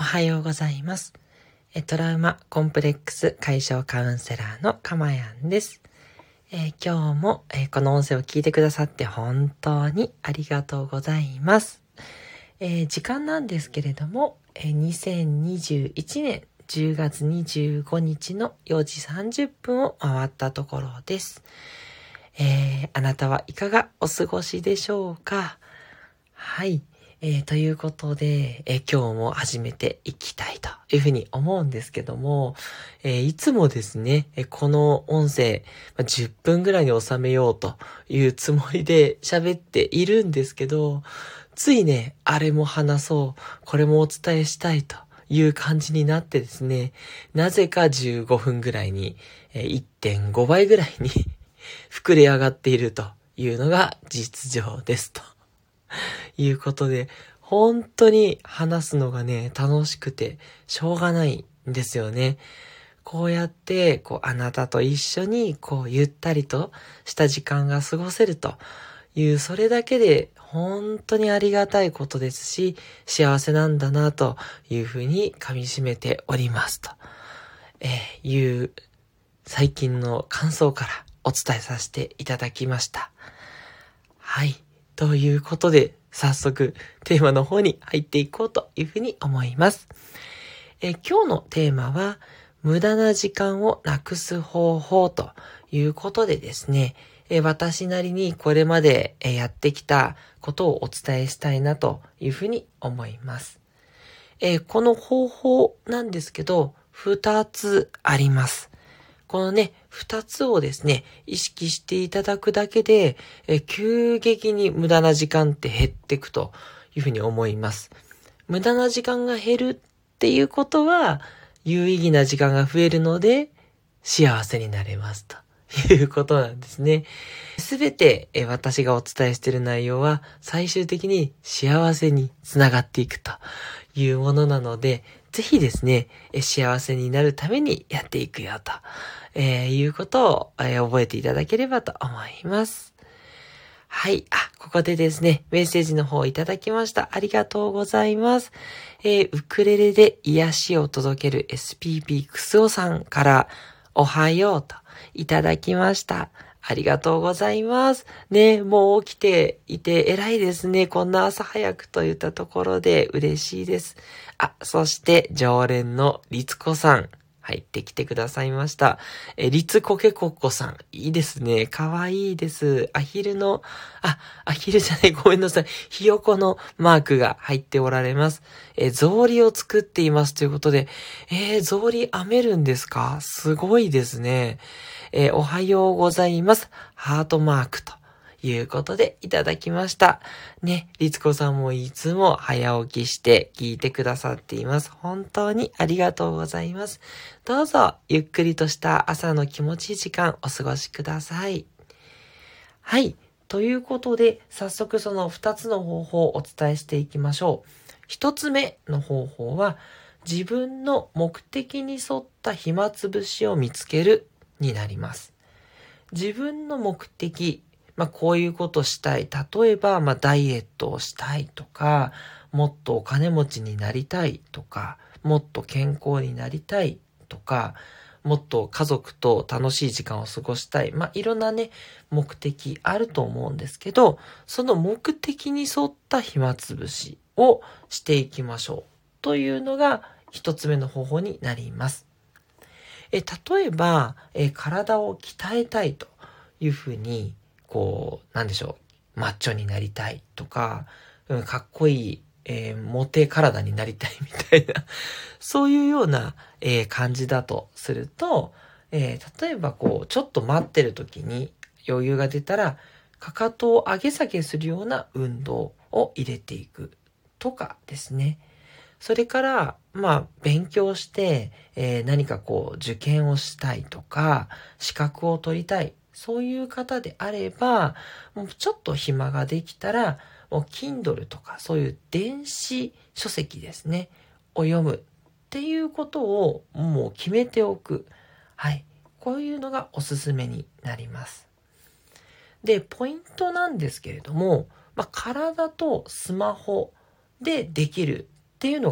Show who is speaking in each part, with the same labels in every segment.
Speaker 1: はようございます。トラウマコンプレックス解消カウンセラーのかまやんです。今日も、この音声を聞いてくださって本当にありがとうございます。時間なんですけれども、2021年10月25日の4時30分を回ったところです。あなたはいかがお過ごしでしょうか？はい。ということで、今日も始めていきたいというふうに思うんですけども、いつもですね、この音声、10分ぐらいに収めようというつもりで喋っているんですけど、ついね、あれも話そう、これもお伝えしたいという感じになってですね、なぜか15分ぐらいに、1.5 倍ぐらいに膨れ上がっているというのが実情ですと。いうことで、本当に話すのがね、楽しくてしょうがないんですよね。こうやって、あなたと一緒に、ゆったりとした時間が過ごせるという、それだけで本当にありがたいことですし、幸せなんだなというふうに噛み締めておりますと、いう最近の感想からお伝えさせていただきました。はい。ということで、早速テーマの方に入っていこうというふうに思います。今日のテーマは、無駄な時間をなくす方法ということでですね、私なりにこれまでやってきたことをお伝えしたいなというふうに思います。この方法なんですけど、2つあります。このね、2つをですね、意識していただくだけで、急激に無駄な時間って減っていくというふうに思います。無駄な時間が減るっていうことは、有意義な時間が増えるので、幸せになれますということなんですね。すべて私がお伝えしている内容は、最終的に幸せにつながっていくというものなので、ぜひですね、幸せになるためにやっていくよと、いうことを、覚えていただければと思います。はい。ここでですね、メッセージの方をいただきました。ありがとうございます。ウクレレで癒しを届ける SPP クスオさんからおはようといただきました。ありがとうございます。ね、もう起きていて偉いですね。こんな朝早くといったところで嬉しいです。そして常連の律子さん。入ってきてくださいました。律子けこっこさん。いいですね。かわいいです。アヒルじゃない。ごめんなさい。ひよこのマークが入っておられます。草履を作っていますということで。草履編めるんですか？すごいですね。おはようございます。ハートマークということでいただきました。ね、律子さんもいつも早起きして聞いてくださっています。本当にありがとうございます。どうぞゆっくりとした朝の気持ちいい時間お過ごしください。はい。ということで、早速その2つの方法をお伝えしていきましょう。1つ目の方法は、自分の目的に沿った暇つぶしを見つけるになります。自分の目的、こういうことしたい。例えば、ダイエットをしたいとか、もっとお金持ちになりたいとか、もっと健康になりたいとか、もっと家族と楽しい時間を過ごしたい。いろんなね、目的あると思うんですけど、その目的に沿った暇つぶしをしていきましょう。というのが一つ目の方法になります。例えば、体を鍛えたいというふうに、マッチョになりたいとか、かっこいい、モテ体になりたいみたいな、そういうような、感じだとすると、例えばちょっと待ってる時に余裕が出たら、かかとを上げ下げするような運動を入れていくとかですね。それから、勉強して、何か受験をしたいとか、資格を取りたい。そういう方であれば、もうちょっと暇ができたら、もう Kindle とか、そういう電子書籍ですね、を読むっていうことをもう決めておく。はい。こういうのがおすすめになります。で、ポイントなんですけれども、体とスマホでできるっていうのが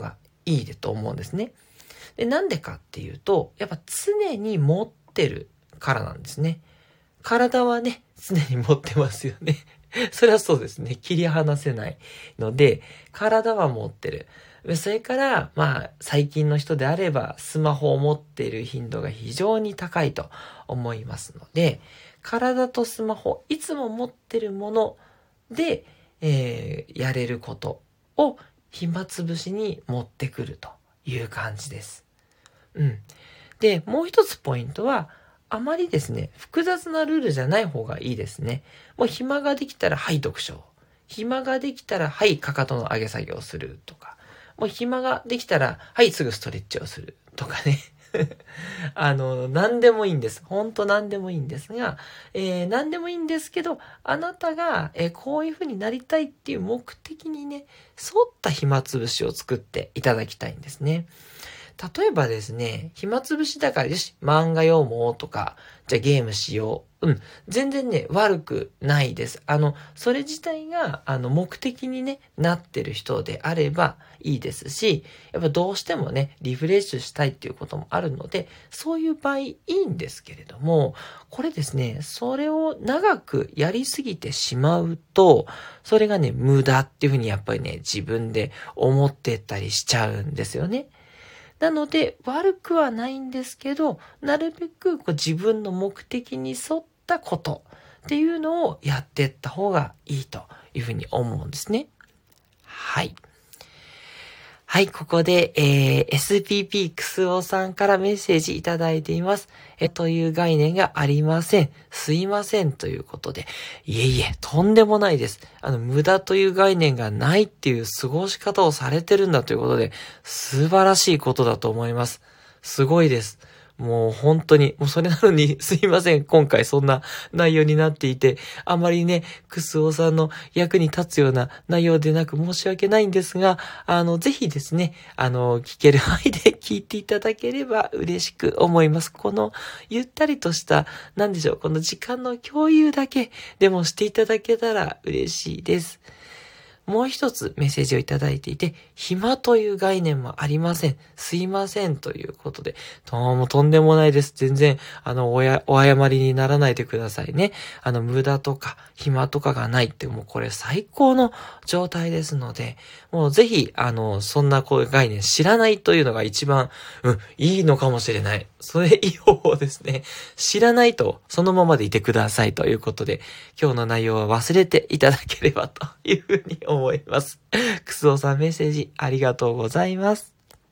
Speaker 1: いいと思うんですね。で、なんでかっていうと、やっぱ常に持ってるからなんですね。体はね、常に持ってますよね。それはそうですね。切り離せないので、体は持ってる。それから、最近の人であれば、スマホを持っている頻度が非常に高いと思いますので、体とスマホ、いつも持ってるもので、やれることを暇つぶしに持ってくるという感じです。で、もう一つポイントは、あまりですね、複雑なルールじゃない方がいいですね。もう暇ができたら、はい、読書。暇ができたら、はい、かかとの上げ下げをするとか。もう暇ができたら、はい、すぐストレッチをするとかね。何でもいいんです。本当何でもいいんですが、何でもいいんですけど、あなたが、こういう風になりたいっていう目的にね、沿った暇つぶしを作っていただきたいんですね。例えばですね、暇つぶしだからよし、漫画読もうとか、じゃあゲームしよう。全然ね、悪くないです。それ自体が、目的にね、なってる人であればいいですし、やっぱどうしてもね、リフレッシュしたいっていうこともあるので、そういう場合いいんですけれども、これですね、それを長くやりすぎてしまうと、それがね、無駄っていうふうにやっぱりね、自分で思ってたりしちゃうんですよね。なので、悪くはないんですけど、なるべく自分の目的に沿ったことっていうのをやっていった方がいいというふうに思うんですね。はい。はい、ここで、SPP クスオさんからメッセージいただいています。という概念がありません。すいませんということで。いえいえ、とんでもないです。無駄という概念がないっていう過ごし方をされてるんだということで、素晴らしいことだと思います。すごいです。もう本当に、もうそれなのにすいません。今回そんな内容になっていて、あまりね、クスオさんの役に立つような内容でなく申し訳ないんですが、ぜひですね、聞ける範囲で聞いていただければ嬉しく思います。このゆったりとした、なんでしょう、この時間の共有だけでもしていただけたら嬉しいです。もう一つメッセージをいただいていて、暇という概念もありません。すいませんということで、どうもとんでもないです。全然、お謝りにならないでくださいね。無駄とか暇とかがないってもうこれ最高の状態ですので、もうぜひ、そんなこういう概念知らないというのが一番、いいのかもしれない。それいい方法ですね。知らないと、そのままでいてくださいということで、今日の内容は忘れていただければというふうに思います。くすおさんメッセージありがとうございます。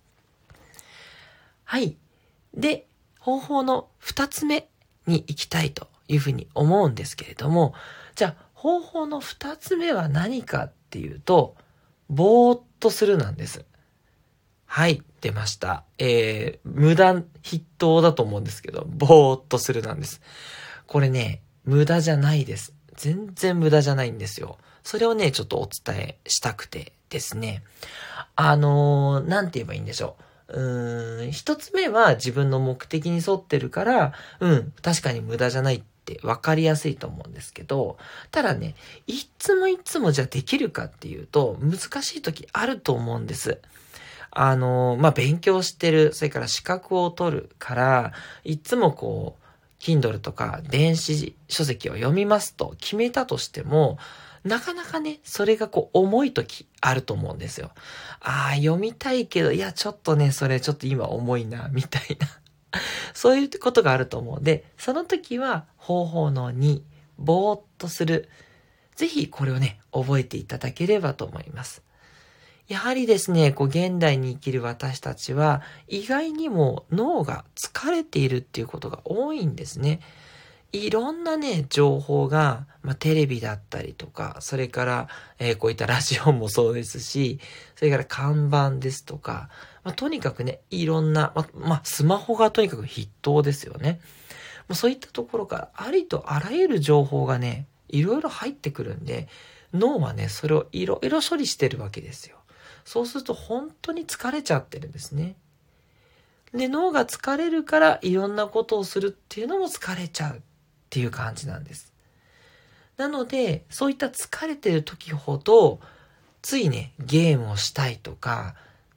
Speaker 1: はい。で、方法の2つ目に行きたいというふうに思うんですけれども、じゃあ方法の2つ目は何かっていうと、ぼーっとするなんです。はい、出ました。無駄筆頭だと思うんですけど、ぼーっとするなんです。これね、無駄じゃないです。全然無駄じゃないんですよ。それをね、ちょっとお伝えしたくてですね。なんて言えばいいんでしょう。一つ目は自分の目的に沿ってるから、確かに無駄じゃないって分かりやすいと思うんですけど、ただね、いつもじゃできるかっていうと、難しい時あると思うんです。勉強してる、それから資格を取るから、いつもKindle とか電子書籍を読みますと決めたとしても、なかなかね、それが重い時あると思うんですよ。読みたいけど、いや、ちょっとね、それちょっと今重いな、みたいな。そういうことがあると思うんで、その時は方法の2、ぼーっとする。ぜひこれをね、覚えていただければと思います。やはりですね、現代に生きる私たちは、意外にも脳が疲れているっていうことが多いんですね。いろんなね、情報が、テレビだったりとか、それから、こういったラジオもそうですし、それから看板ですとか、とにかくね、いろんな、スマホがとにかく筆頭ですよね。そういったところから、ありとあらゆる情報がね、いろいろ入ってくるんで、脳はね、それをいろいろ処理してるわけですよ。そうすると本当に疲れちゃってるんですね。で、脳が疲れるからいろんなことをするっていうのも疲れちゃうっていう感じなんです。なので、そういった疲れてる時ほど、ついね、ゲームをしたいとか、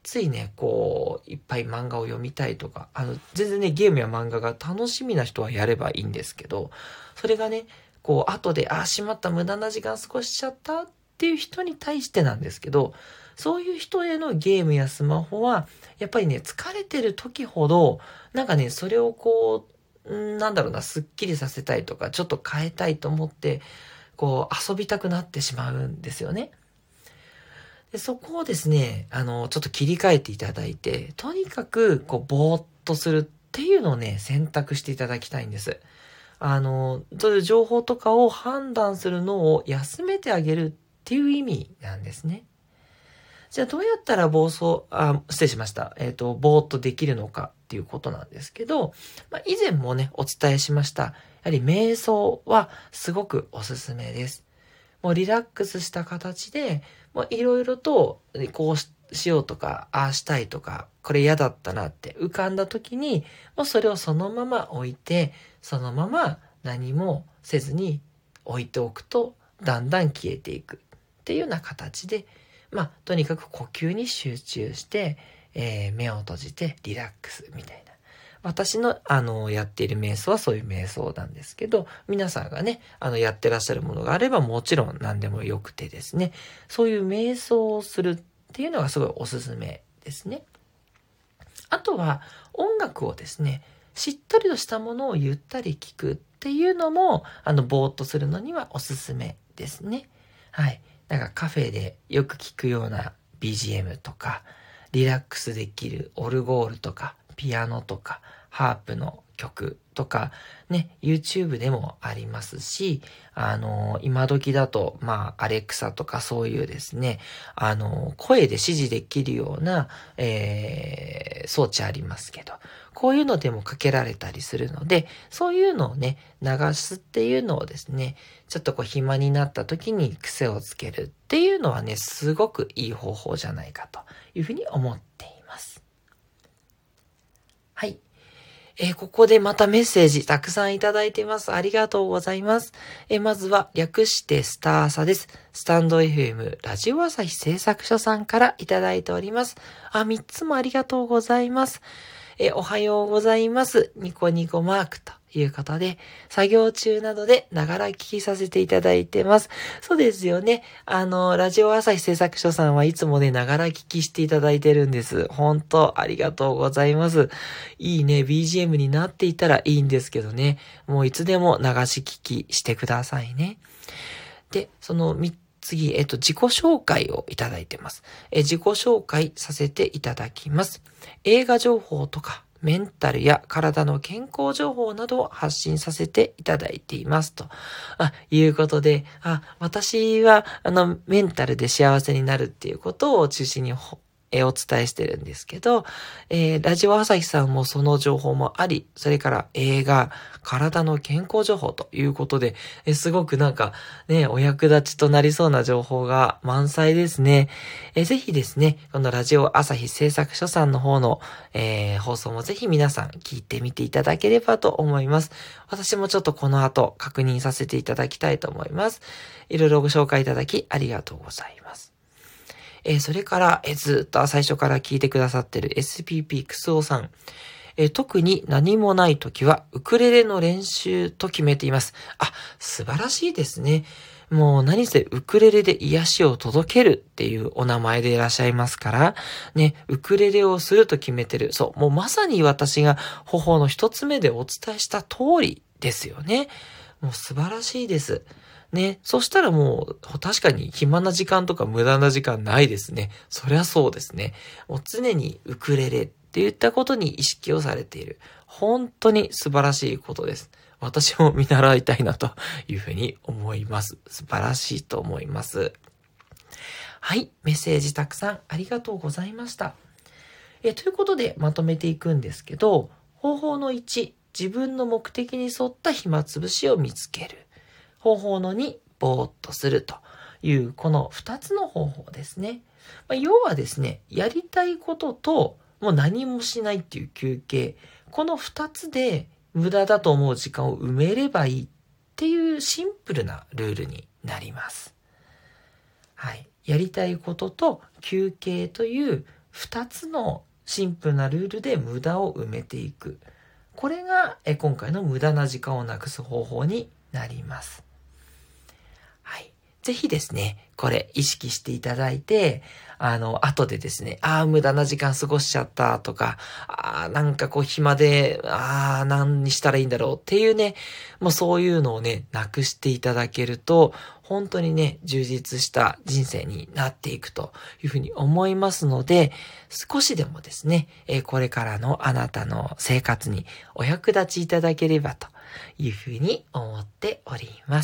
Speaker 1: ついね、こう、いっぱい漫画を読みたいとか、全然ね、ゲームや漫画が楽しみな人はやればいいんですけど、それがね、こう、後で、しまった、無駄な時間過ごしちゃったっていう人に対してなんですけど、そういう人へのゲームやスマホは、やっぱりね、疲れてる時ほど、なんかね、それをこう、なんだろうな、スッキリさせたいとか、ちょっと変えたいと思って、こう、遊びたくなってしまうんですよね。で、そこをですね、ちょっと切り替えていただいて、とにかく、こう、ぼーっとするっていうのをね、選択していただきたいんです。そういう情報とかを判断するのを休めてあげるっていう意味なんですね。じゃあどうやったら失礼しました。ぼーっとできるのかっていうことなんですけど、以前もね、お伝えしました。やはり瞑想はすごくおすすめです。もうリラックスした形で、もういろいろとこうしようとか、ああしたいとか、これ嫌だったなって浮かんだ時に、もうそれをそのまま置いて、そのまま何もせずに置いておくと、だんだん消えていくっていうような形で、とにかく呼吸に集中して、目を閉じてリラックスみたいな。私の、やっている瞑想はそういう瞑想なんですけど、皆さんがね、やってらっしゃるものがあればもちろん何でもよくてですね、そういう瞑想をするっていうのがすごいおすすめですね。あとは、音楽をですね、しっとりとしたものをゆったり聴くっていうのも、ぼーっとするのにはおすすめですね。はい。なんかカフェでよく聴くような BGM とか、リラックスできるオルゴールとか、ピアノとか、ハープの曲とか、ね、YouTube でもありますし、今時だと、アレクサとかそういうですね、声で指示できるような、装置ありますけど、こういうのでもかけられたりするので、そういうのをね、流すっていうのをですね、ちょっとこう暇になった時に癖をつけるっていうのはね、すごくいい方法じゃないかというふうに思っています。はい。ここでまたメッセージたくさんいただいています。ありがとうございます。まずは略してスターサです。スタンド FM ラジオ朝日製作所さんからいただいております。3つもありがとうございます。おはようございます。ニコニコマークということで、作業中などでながら聞きさせていただいてます。そうですよね。ラジオ朝日製作所さんはいつもね、ながら聞きしていただいてるんです。本当ありがとうございます。いいね、BGM になっていたらいいんですけどね。もういつでも流し聞きしてくださいね。で、次、自己紹介をいただいてます。自己紹介させていただきます。映画情報とか、メンタルや体の健康情報などを発信させていただいていますと。いうことで、私は、メンタルで幸せになるっていうことを中心にお伝えしてるんですけど、ラジオ朝日さんもその情報もあり、それから映画、体の健康情報ということで、すごくなんかね、お役立ちとなりそうな情報が満載ですね。ぜひですね、このラジオ朝日製作所さんの方の、放送もぜひ皆さん聞いてみていただければと思います。私もちょっとこの後確認させていただきたいと思います。いろいろご紹介いただきありがとうございます。それから、ずっと最初から聞いてくださってる SPP クスオさん。特に何もないときは、ウクレレの練習と決めています。素晴らしいですね。もう何せウクレレで癒しを届けるっていうお名前でいらっしゃいますから、ね、ウクレレをすると決めてる。そう、もうまさに私が方法の一つ目でお伝えした通りですよね。もう素晴らしいです。ね。そしたらもう、確かに暇な時間とか無駄な時間ないですね。そりゃそうですね。もう常にウクレレって言ったことに意識をされている。本当に素晴らしいことです。私も見習いたいなというふうに思います。素晴らしいと思います。はい。メッセージたくさんありがとうございました。ということでまとめていくんですけど、方法の1、自分の目的に沿った暇つぶしを見つける。方法の2、ぼーっとするというこの2つの方法ですね。要はですね、やりたいことともう何もしないっていう休憩、この2つで無駄だと思う時間を埋めればいいっていうシンプルなルールになります。はい。やりたいことと休憩という 2つのシンプルなルールで無駄を埋めていく。これが今回の無駄な時間をなくす方法になります。はい。ぜひですね、これ意識していただいて、後でですね、無駄な時間過ごしちゃったとか、なんか暇で、何したらいいんだろうっていうね、もうそういうのをね、なくしていただけると、本当にね、充実した人生になっていくというふうに思いますので、少しでもですね、これからのあなたの生活にお役立ちいただければというふうに思っております。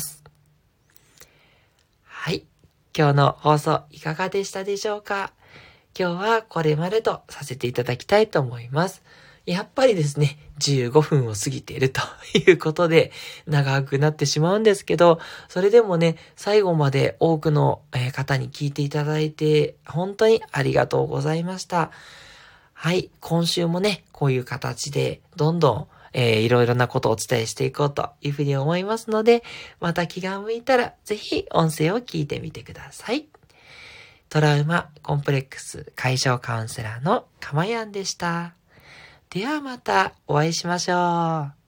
Speaker 1: はい。今日の放送いかがでしたでしょうか？今日はこれまでとさせていただきたいと思います。やっぱりですね、15分を過ぎているということで長くなってしまうんですけど、それでもね、最後まで多くの方に聞いていただいて本当にありがとうございました。はい。今週もね、こういう形でどんどんいろいろなことをお伝えしていこうというふうに思いますので、また気が向いたらぜひ音声を聞いてみてください。トラウマコンプレックス解消カウンセラーのかまやんでした。ではまたお会いしましょう。